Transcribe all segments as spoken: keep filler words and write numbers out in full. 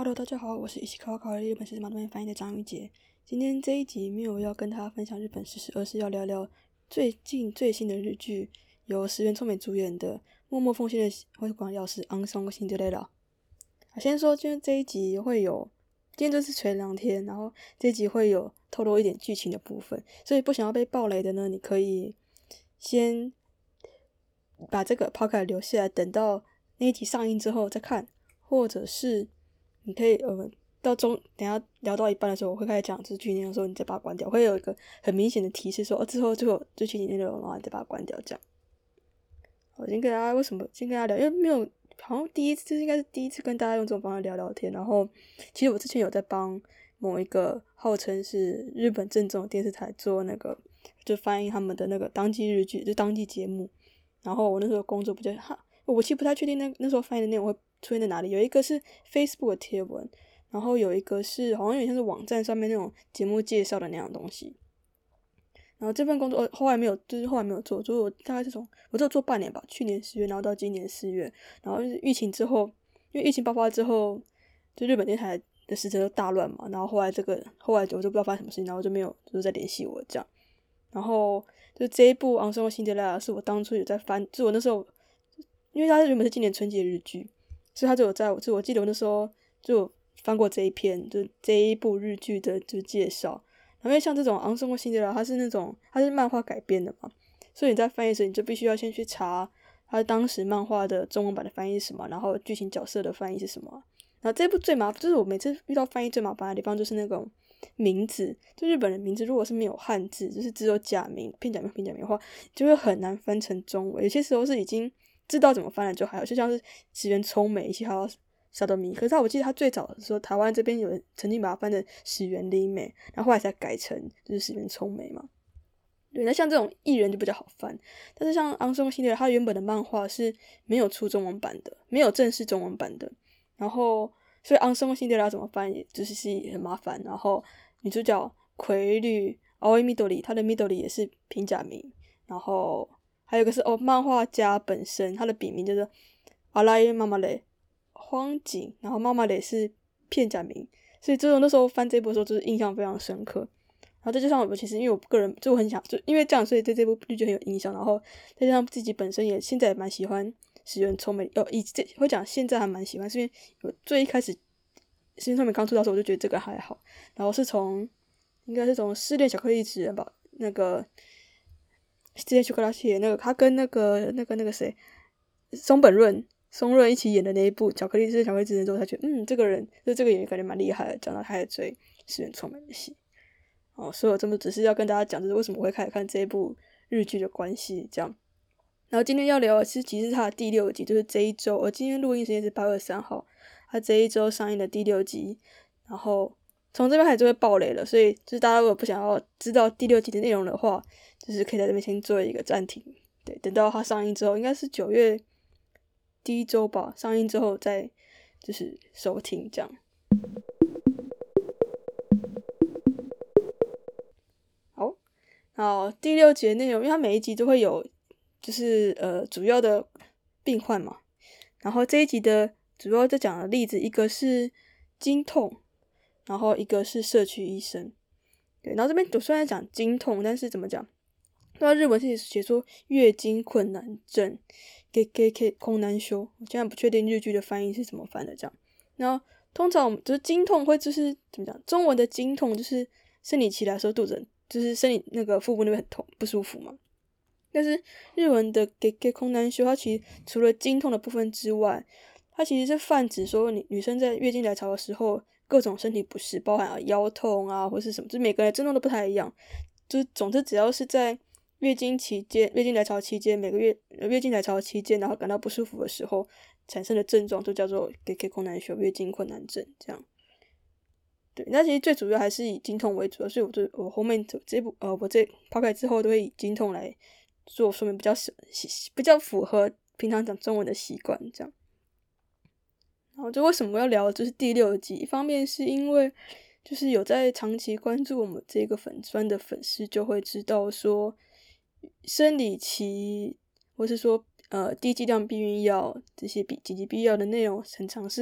Hello，大家好，我是一起考考日本时事马东翻译的张玉杰。今天这一集没有要跟大家分享日本时事，而是要聊聊最近最新的日剧，由石原聪美主演的《默默奉献的灰光钥匙》昂松辛德雷拉。先说今天这一集会有，今天就是前两天，然后这一集会有透露一点剧情的部分，所以不想要被爆雷的呢，你可以先把这个抛开留下来，等到那一集上映之后再看，或者是你可以呃到中等一下聊到一半的时候，我会开始讲这剧情的时候，你再把它关掉，会有一个很明显的提示说，哦，之后就有这剧情内容，然后你再把它关掉，这样。我先跟大家为什么先跟大家聊，因为没有好像第一次，这应该是第一次跟大家用这种方式聊聊天。然后其实我之前有在帮某一个号称是日本正宗的电视台做那个就翻译他们的那个当季日剧，就当季节目。然后我那时候工作比较哈，我其实不太确定那那时候翻译的内容会出现在哪里。有一个是 Facebook 的贴文，然后有一个是好像有点像是网站上面那种节目介绍的那样东西。然后这份工作后来没有，就是后来没有做，就是我大概是从我只有做半年吧，去年十月，然后到今年四月，然后疫情之后，因为疫情爆发之后，就日本电台的时程都大乱嘛，然后后来这个后来我就不知道发生什么事情，然后就没有就是再联系我这样。然后就这一部《昂松辛德拉》是我当初有在翻，就我那时候，因为它原本是今年春节日剧，所以它就有在，就我记得我那时候就有翻过这一篇，就这一部日剧的就介绍。然后因为像这种昂松辛德拉，它是那种它是漫画改编的嘛，所以你在翻译时你就必须要先去查它当时漫画的中文版的翻译是什么，然后剧情角色的翻译是什么。然后这部最麻烦，就是我每次遇到翻译最麻烦的地方就是那种名字，就日本人名字如果是没有汉字，就是只有假名、片假名、片假名的话，就会很难翻成中文。有些时候是已经知道怎么翻了就还好，就像是石原聪美一些还有沙多米，可是我记得他最早的时候，台湾这边有人曾经把它翻成石原里美，然后后来才改成就是石原聪美嘛。对，那像这种艺人就比较好翻，但是像昂松系列，它原本的漫画是没有出中文版的，没有正式中文版的，然后所以昂松系列要怎么翻，也就是是很麻烦。然后女主角葵绿奥伊米多里，她的米多里也是平假名，然后还有一个是哦，漫画家本身他的笔名就是阿拉伊妈妈雷。荒井，然后妈妈的也是片假名，所以这种那时候翻这部的时候就是印象非常深刻。然后再加上我其实因为我个人就很想，就因为这样，所以对这部剧就很有印象。然后再加上自己本身也现在也蛮喜欢石原聪美，哦，以这会讲现在还蛮喜欢，是因为我最一开始石原聪美刚出道的时候我就觉得这个还好，然后是从应该是从失恋巧克力职人吧，那个失恋巧克力那个他跟那个那个那个谁松本润。松润一起演的那一部《巧克力是巧克力之人》之后，才觉得嗯，这个人就这个演员感觉蛮厉害的，讲到他也追石原聪美的戏。哦，所以我这么只是要跟大家讲，就是为什么我会开始看这一部日剧的关系这样。然后今天要聊的是，其实是它的第六集，就是这一周，我今天录音时间是八月三号，它这一周上映的第六集。然后从这边开始就会爆雷了，所以就是大家如果不想要知道第六集的内容的话，就是可以在这边先做一个暂停，对，等到它上映之后，应该是九月。第一周吧，上映之后再就是收听这样。好，然后第六集的内容，因为它每一集都会有就是呃主要的病患嘛，然后这一集的主要在讲的例子，一个是经痛，然后一个是社区医生。对，然后这边我虽然讲经痛，但是怎么讲？那日文是写说月经困难症。给给给空难修，我现在不确定日剧的翻译是怎么翻的这样。然后通常就是经痛会就是怎么讲？中文的经痛就是生理期来的时候肚子就是生理那个腹部那边很痛不舒服嘛。但是日文的给给空难修，它其实除了经痛的部分之外，它其实是泛指说你女生在月经来潮的时候各种身体不适，包含腰痛啊或是什么，就是每个人症状都不太一样。就是总之只要是在月经期间、月经来潮期间，每个月月经来潮期间，然后感到不舒服的时候产生的症状，就叫做给给困难修月经困难症这样。对，那其实最主要还是以经痛为主，所以我就我后面这部呃，我这抛开之后都会以经痛来做说明，比较比较符合平常讲中文的习惯这样。然后就为什么要聊就是第六集，一方面是因为就是有在长期关注我们这个粉专的粉丝就会知道说。生理期，或是说呃低剂量避孕药这些紧急避孕药的内容，很常是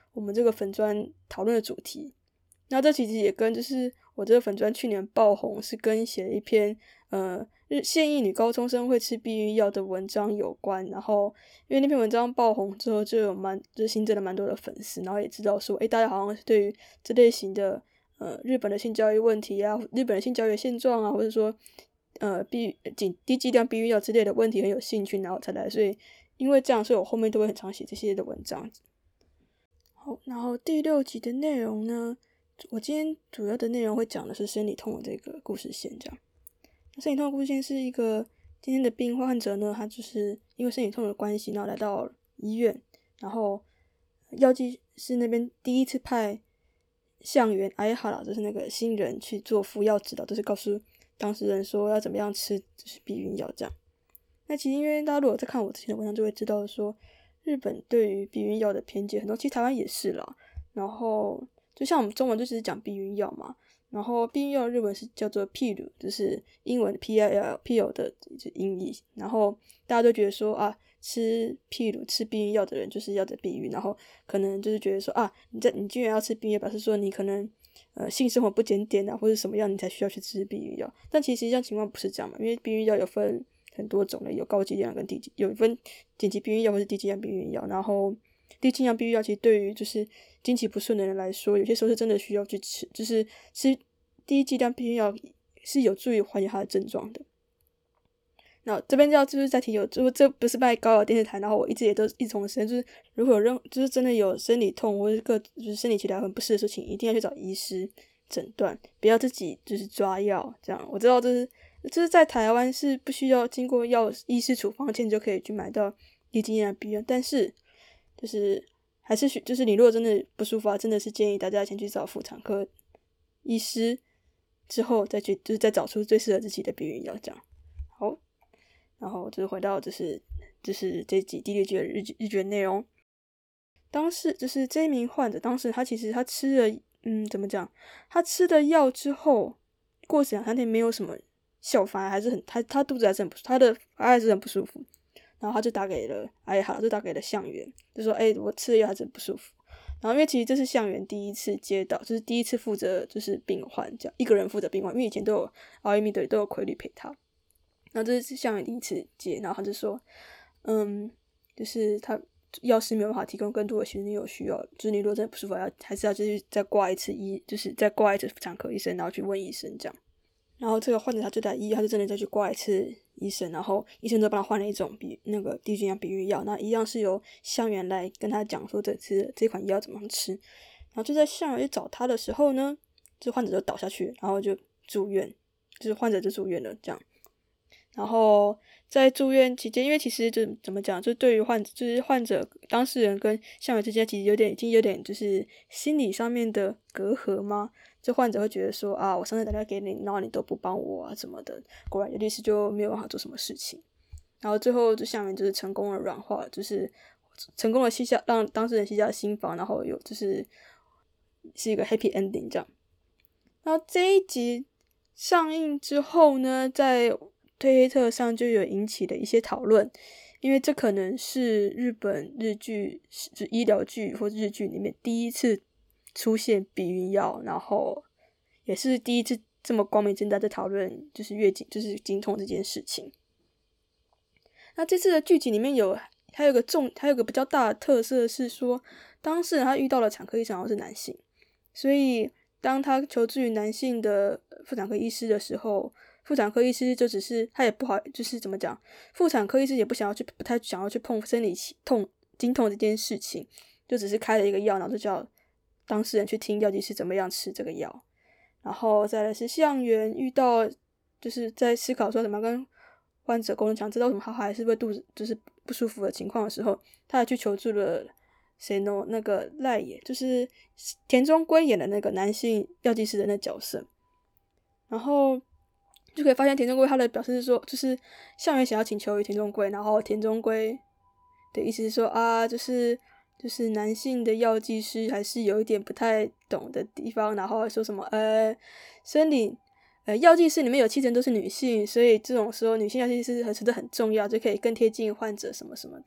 我们这个粉专讨论的主题。那这其实也跟就是我这个粉专去年爆红，是跟写了一篇呃日现役女高中生会吃避孕药的文章有关。然后因为那篇文章爆红之后，就有蛮就是新增了蛮多的粉丝，然后也知道说，诶，大家好像是对于这类型的呃日本的性教育问题啊，日本的性教育的现状啊，或者说呃避低低剂量避孕药之类的问题很有兴趣，然后才来。所以因为这样，所以我后面都会很常写这些的文章。好，然后第六集的内容呢，我今天主要的内容会讲的是生理痛的这个故事线。这样，生理痛的故事线是一个今天的病患者呢，他就是因为生理痛的关系，然后来到医院，然后药剂师那边第一次派相原艾哈拉，就是那个新人去做服药指导，就是告诉当事人说要怎么样吃就是避孕药这样。那其实因为大家如果在看我之前的文章就会知道说，日本对于避孕药的偏见很多，其实台湾也是啦。然后就像我们中文就只是讲避孕药嘛，然后避孕药日文是叫做 pill， 就是英文 P I L pill 的音译。然后大家都觉得说啊，吃 pill 吃避孕药的人就是要的避孕，然后可能就是觉得说啊，你在你居然要吃避孕药，表示说你可能呃性生活不检点啊，或者什么样你才需要去吃避孕药。但其实这样情况不是这样嘛，因为避孕药有分很多种类，有高剂量跟低剂，有分紧急避孕药或是低剂量避孕药。然后低剂量避孕药其实对于就是经期不顺的人来说，有些时候是真的需要去吃，就是吃低剂量避孕药是有助于缓解他的症状的。那这边要就是再提有，就是这不是卖高疗电视台，然后我一直也都一直重申，就是如果有任就是真的有生理痛或者各就是生理期来很不适的事情，一定要去找医师诊断，不要自己就是抓药这样。我知道这是就是在台湾是不需要经过药医师处方前就可以去买到低剂量避孕药，但是就是还是就是你如果真的不舒服啊，真的是建议大家先去找妇产科医师，之后再去就是再找出最适合自己的避孕药这样。好，然后就是回到就是就是这集第六集的日日剧的内容。当时就是这一名患者，当时他其实他吃了嗯怎么讲，他吃了药之后，过两三天没有什么效，反而还是很他他肚子还是很不他的还是很不舒服。然后他就打给了哎好就打给了相原，就说哎我吃了药还是很不舒服。然后因为其实这是相原第一次接到，就是第一次负责就是病患这样一个人负责病患，因为以前都有奥伊米的都有傀儡陪他。然后这是相原第一次接，然后他就说嗯就是他药师没有办法提供更多的协助，你有需要就是你如果真的不舒服要还是要继续再挂一次医，就是再挂一次妇产科医生，然后去问医生这样。然后这个患者他就在医院，他就真的再去挂一次医生，然后医生就帮他换了一种比那个低剂量避孕药，那一样是由相原来跟他讲说这次这款药怎么样吃。然后就在相原去找他的时候呢，这患者就倒下去，然后就住院，就是患者就住院了这样。然后在住院期间，因为其实就怎么讲，就对于患者就是患者当事人跟相原之间其实有点已经有点就是心理上面的隔阂吗？就患者会觉得说啊，我上次打电话给你，然后你都不帮我啊什么的，果然有律师就没有办法做什么事情。然后最后就下面就是成功的软化，就是成功的卸下让当事人卸下心防，然后有就是是一个 happy ending 这样。然后这一集上映之后呢，在推特上就有引起了一些讨论，因为这可能是日本日剧就医疗剧或日剧里面第一次出现避孕药，然后也是第一次这么光明正大在讨论就是月经就是经痛这件事情。那这次的剧集里面有还有个重还有个比较大的特色是说，当事人他遇到了产科医生好像是男性，所以当他求助于男性的妇产科医师的时候，妇产科医师就只是他也不好就是怎么讲，妇产科医师也不想要去不太想要去碰生理期痛经痛这件事情，就只是开了一个药，然后就叫当事人去听药剂师怎么样吃这个药。然后再来是相原遇到就是在思考说怎么样跟患者沟通，想知道为什么他还是会肚子就是不舒服的情况的时候，他还去求助了谁呢？那个赖野，就是田中圭演的那个男性药剂师的那角色。然后就可以发现田中圭他的表示是说，就是相原想要请求于田中圭，然后田中圭的意思是说啊，就是就是男性的药剂师还是有一点不太懂的地方，然后说什么呃生理呃药剂师里面有七成都是女性，所以这种时候女性药剂师真的很重要，就可以更贴近患者什么什么的。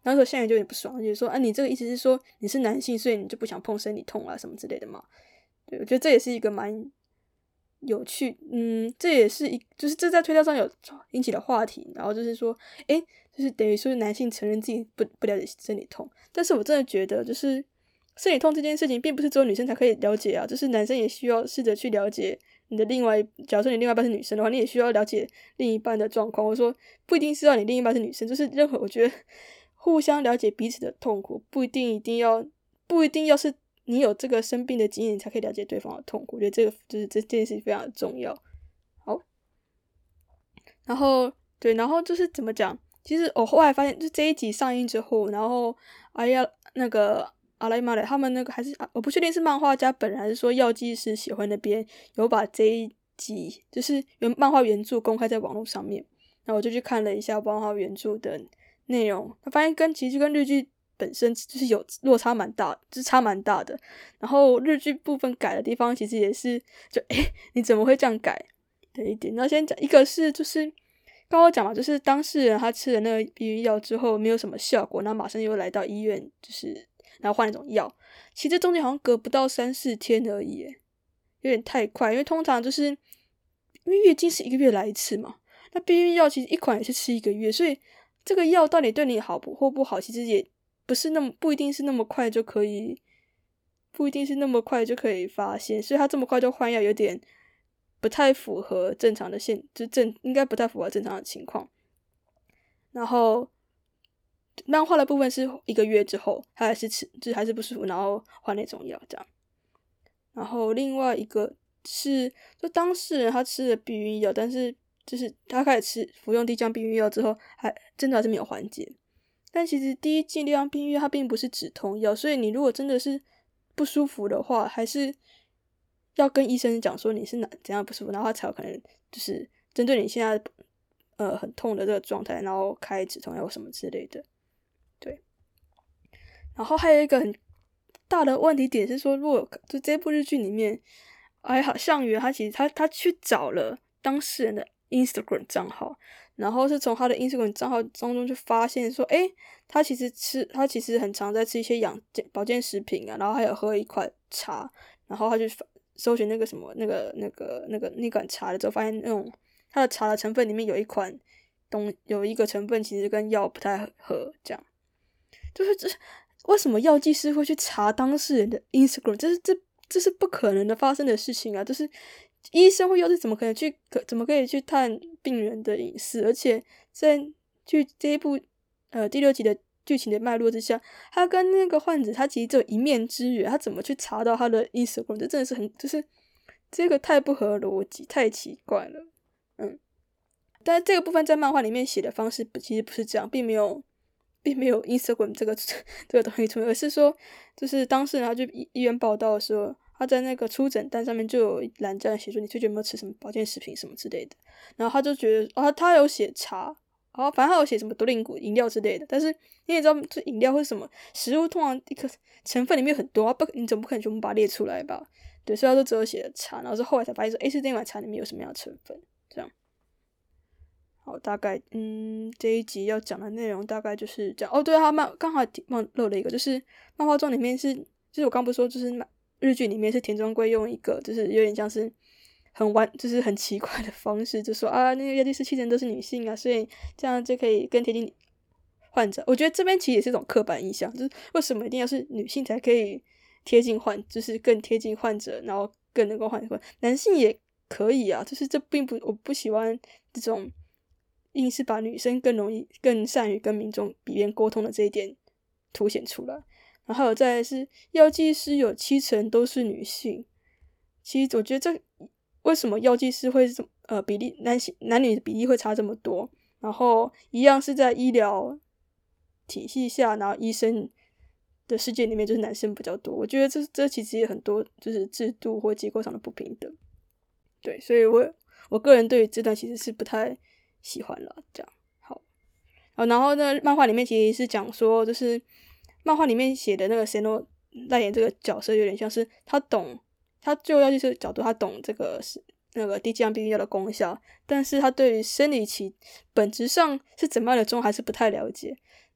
然后说相爷就有点不爽，就说啊你这个意思是说你是男性，所以你就不想碰生理痛啊什么之类的嘛。对，我觉得这也是一个蛮有趣，嗯，这也是一就是这在推特上有引起的话题，然后就是说诶就是等于说男性承认自己不不了解生理痛，但是我真的觉得就是生理痛这件事情并不是只有女生才可以了解啊，就是男生也需要试着去了解你的另外，假如说你另外一半是女生的话，你也需要了解另一半的状况，或者说不一定是要你另一半是女生，就是任何我觉得互相了解彼此的痛苦，不一定一定要不一定要是你有这个生病的经验，你才可以了解对方的痛苦。我觉得这个就是这件事情非常的重要。好，然后对，然后就是怎么讲？其实我后来发现，就这一集上映之后，然后哎呀，那个阿莱玛雷他们那个还是、啊、我不确定是漫画家本人还是说药剂师协会那边有把这一集就是原漫画原著公开在网络上面，然后我就去看了一下漫画原著的内容，发现跟其实跟日剧本身就是有落差蛮大，就是差蛮大的。然后日剧部分改的地方其实也是就诶你怎么会这样改的一点。那先讲一个是就是刚刚讲嘛，就是当事人他吃了那个避孕药之后没有什么效果，然后马上又来到医院，就是然后换那种药。其实中间好像隔不到三四天而已，有点太快。因为通常就是因为月经是一个月来一次嘛，那避孕药其实一款也是吃一个月，所以这个药到底对你好或不好，其实也不是那么不一定是那么快就可以，不一定是那么快就可以发现，所以他这么快就换药有点不太符合正常的现，就正应该不太符合正常的情况。然后漫画的部分是一个月之后，他还是吃，就是还是不舒服，然后换那种药这样。然后另外一个是，就当事人他吃了避孕药，但是就是他开始吃服用低剂量避孕药之后，还真的还是没有缓解。但其实低剂量避孕药它并不是止痛药，所以你如果真的是不舒服的话，还是要跟医生讲说你是哪怎样不舒服，然后他才有可能就是针对你现在呃很痛的这个状态，然后开止痛药什么之类的。对，然后还有一个很大的问题点是说，如果就这部日剧里面，哎好相原他其实他他去找了当事人的 Instagram 账号，然后是从他的 Instagram 账号当中就发现说，诶他其实吃他其实很常在吃一些养保健食品啊，然后还有喝一款茶，然后他就搜寻那个什么那个那个那个那款茶的之后，发现那种他的茶的成分里面有一款东有一个成分其实跟药不太合，这样就是这为什么药剂师会去查当事人的 Instagram？ 这是这这是不可能的发生的事情啊！就是医生或药剂怎么可能去可怎么可以去探病人的隐私？而且在剧这一部呃第六集的剧情的脉络之下，他跟那个患者他其实只有一面之缘，他怎么去查到他的 Instagram？ 这真的是很就是这个太不合逻辑，太奇怪了。嗯，但是这个部分在漫画里面写的方式其实不是这样，并没有。并没有 Instagram 这个这个东西出现，而是说，就是当事人他去医院报道的时候，他在那个出诊单上面就有一栏这样写说你最近有没有吃什么保健食品什么之类的，然后他就觉得啊，他有写茶，然后反正他有写什么多灵谷饮料之类的，但是你也知道，这饮料或什么食物，通常一个成分里面有很多，不，你总不可能全部把它列出来吧？对，所以他就只有写了茶，然后是后来才发现说，诶，是那碗茶里面有什么样的成分，这样。好，大概嗯，这一集要讲的内容大概就是这样。哦，对，他漫刚好忘漏了一个，就是漫画中里面是，就是我刚不是说，就是日剧里面是田中圭用一个，就是有点像是很完，就是很奇怪的方式，就说啊，那个药剂师七成都是女性啊，所以这样就可以更贴近患者。我觉得这边其实也是一种刻板印象，就是为什么一定要是女性才可以贴近患，就是更贴近患者，然后更能够患者，男性也可以啊，就是这并不，我不喜欢这种。硬是把女生更容易、更善于跟民众语言沟通的这一点凸显出来。然后还有再来是药剂师有七成都是女性，其实我觉得这为什么药剂师会呃比例男性男女的比例会差这么多？然后一样是在医疗体系下，然后医生的世界里面就是男生比较多。我觉得这这其实也很多就是制度或结构上的不平等。对，所以我我个人对于这段其实是不太。喜欢了，这样好。然后呢，漫画里面其实是讲说，就是漫画里面写的那个 Seno 代言这个角色，有点像是他懂，他就药剂师角度，他懂这个是那个低剂量避孕药的功效，但是他对于生理期本质上是怎么样的状还是不太了解。然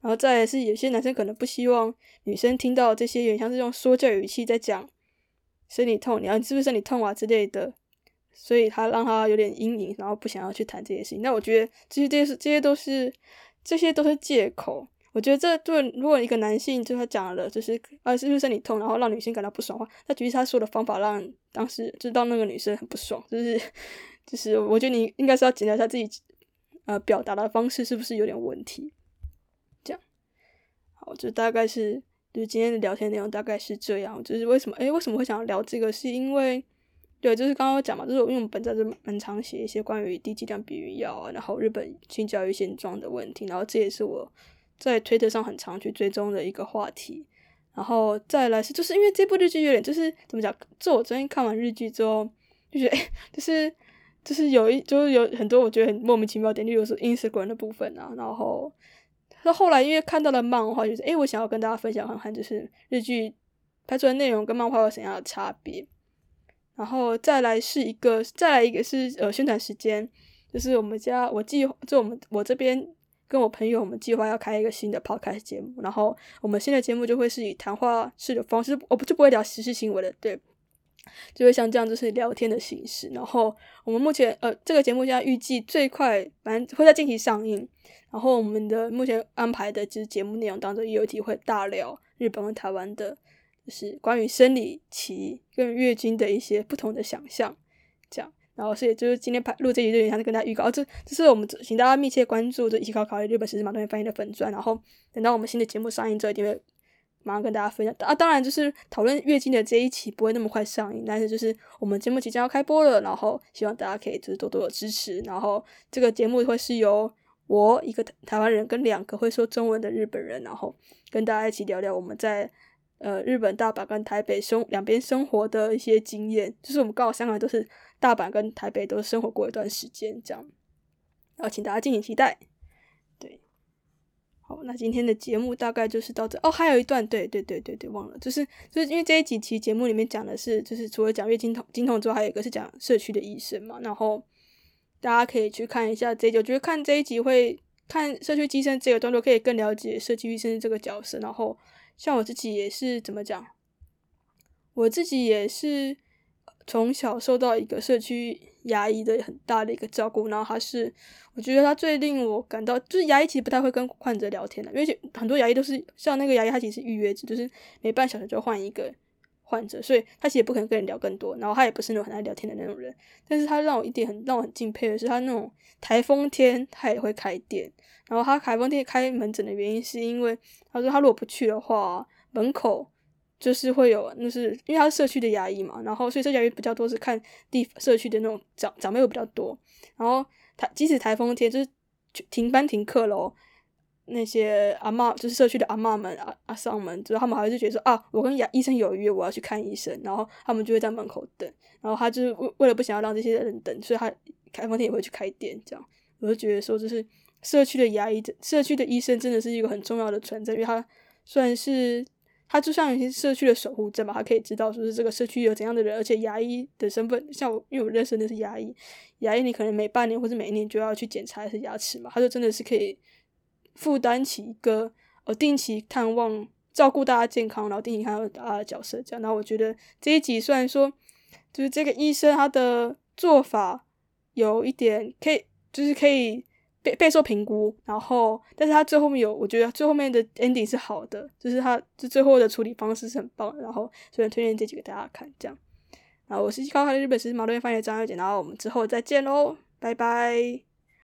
然后再来是有些男生可能不希望女生听到这些有点像是用说教语气在讲生理痛，你要你是不是生理痛啊之类的，所以他让他有点阴影，然后不想要去谈这些事情。那我觉得这些这些这些都是这些都是借口。我觉得这对如果一个男性就他讲了就是啊是不是生理痛，然后让女性感到不爽的话，那其实他说的方法让当时就让那个女生很不爽，就是就是我觉得你应该是要检查一下自己呃表达的方式是不是有点问题。这样好，就大概是就是今天的聊天内容大概是这样。就是为什么诶为什么会想要聊这个，是因为对就是刚刚讲嘛，就是因为我们本身就蛮常写一些关于低剂量避孕药啊，然后日本性教育现状的问题，然后这也是我在推特上很常去追踪的一个话题。然后再来是就是因为这部日剧有点就是怎么讲，就我昨天看完日剧之后就觉得诶就是就是有一就是有很多我觉得很莫名其妙的点，例如说 Instagram 的部分啊，然后到后来因为看到了漫画，就是诶我想要跟大家分享看看就是日剧拍出的内容跟漫画有怎样的差别。然后再来是一个再来一个是呃宣传时间，就是我们家我计划就我们我这边跟我朋友我们计划要开一个新的 podcast 节目，然后我们新的节目就会是以谈话式的方式，我就不会聊时事新闻了，对，就会像这样就是聊天的形式。然后我们目前呃这个节目现在预计最快反正会在近期上映，然后我们的目前安排的就是节目内容当中也有一题会大聊日本和台湾的就是关于生理期跟月经的一些不同的想象这样。然后所以就是今天录这集就有点像是跟大家预告、哦、这这是我们请大家密切关注就一起考考日本时事马东翻译的粉专，然后等到我们新的节目上映之后一定会马上跟大家分享啊。当然就是讨论月经的这一期不会那么快上映，但是就是我们节目即将要开播了，然后希望大家可以就是多多的支持。然后这个节目会是由我一个台湾人跟两个会说中文的日本人，然后跟大家一起聊聊我们在呃日本大阪跟台北生两边生活的一些经验，就是我们刚好三个人都是大阪跟台北都生活过一段时间这样，然后请大家敬请期待。对，好，那今天的节目大概就是到这哦，还有一段对对对对对忘了，就是就是因为这一集其实节目里面讲的是就是除了讲月经痛经痛之外，还有一个是讲社区的医生嘛，然后大家可以去看一下这一集，我觉得看这一集会看社区医生这个段落可以更了解社区医生这个角色。然后像我自己也是怎么讲，我自己也是从小受到一个社区牙医的很大的一个照顾，然后他是我觉得他最令我感到就是牙医其实不太会跟患者聊天的，因为很多牙医都是像那个牙医他其实是预约制，就是每半小时就换一个患者，所以他其实也不可能跟人聊更多，然后他也不是那种很爱聊天的那种人。但是他让我一点很让我很敬佩的是他那种台风天他也会开店，然后他台风天开门诊的原因是因为他说他如果不去的话门口就是会有那是因为他是社区的牙医嘛，然后所以社区牙医比较多是看地社区的那种长长辈会比较多，然后台即使台风天就是停班停课咯，那些阿嬷就是社区的阿嬷们阿阿桑们，就是他们还是觉得说啊我跟牙医生有约我要去看医生，然后他们就会在门口等，然后他就是为为了不想要让这些人等，所以他台风天也会去开店这样。我就觉得说就是社区的牙医社区的医生真的是一个很重要的存在，因为他算是他就像一些社区的守护者嘛，他可以知道说是这个社区有怎样的人，而且牙医的身份像我因为我认识的是牙医，牙医你可能每半年或者每一年就要去检查一次牙齿嘛，他就真的是可以负担起一个呃定期探望照顾大家健康，然后定期看到大家的角色这样。然后我觉得这一集虽然说就是这个医生他的做法有一点可以就是可以备备受评估，然后但是他最后面有我觉得最后面的 ending 是好的，就是他就最后的处理方式是很棒的，然后所以推荐这集给大家看这样。然后我是高考的日本时事毛豆翻译的张小姐，然后我们之后再见咯，拜拜。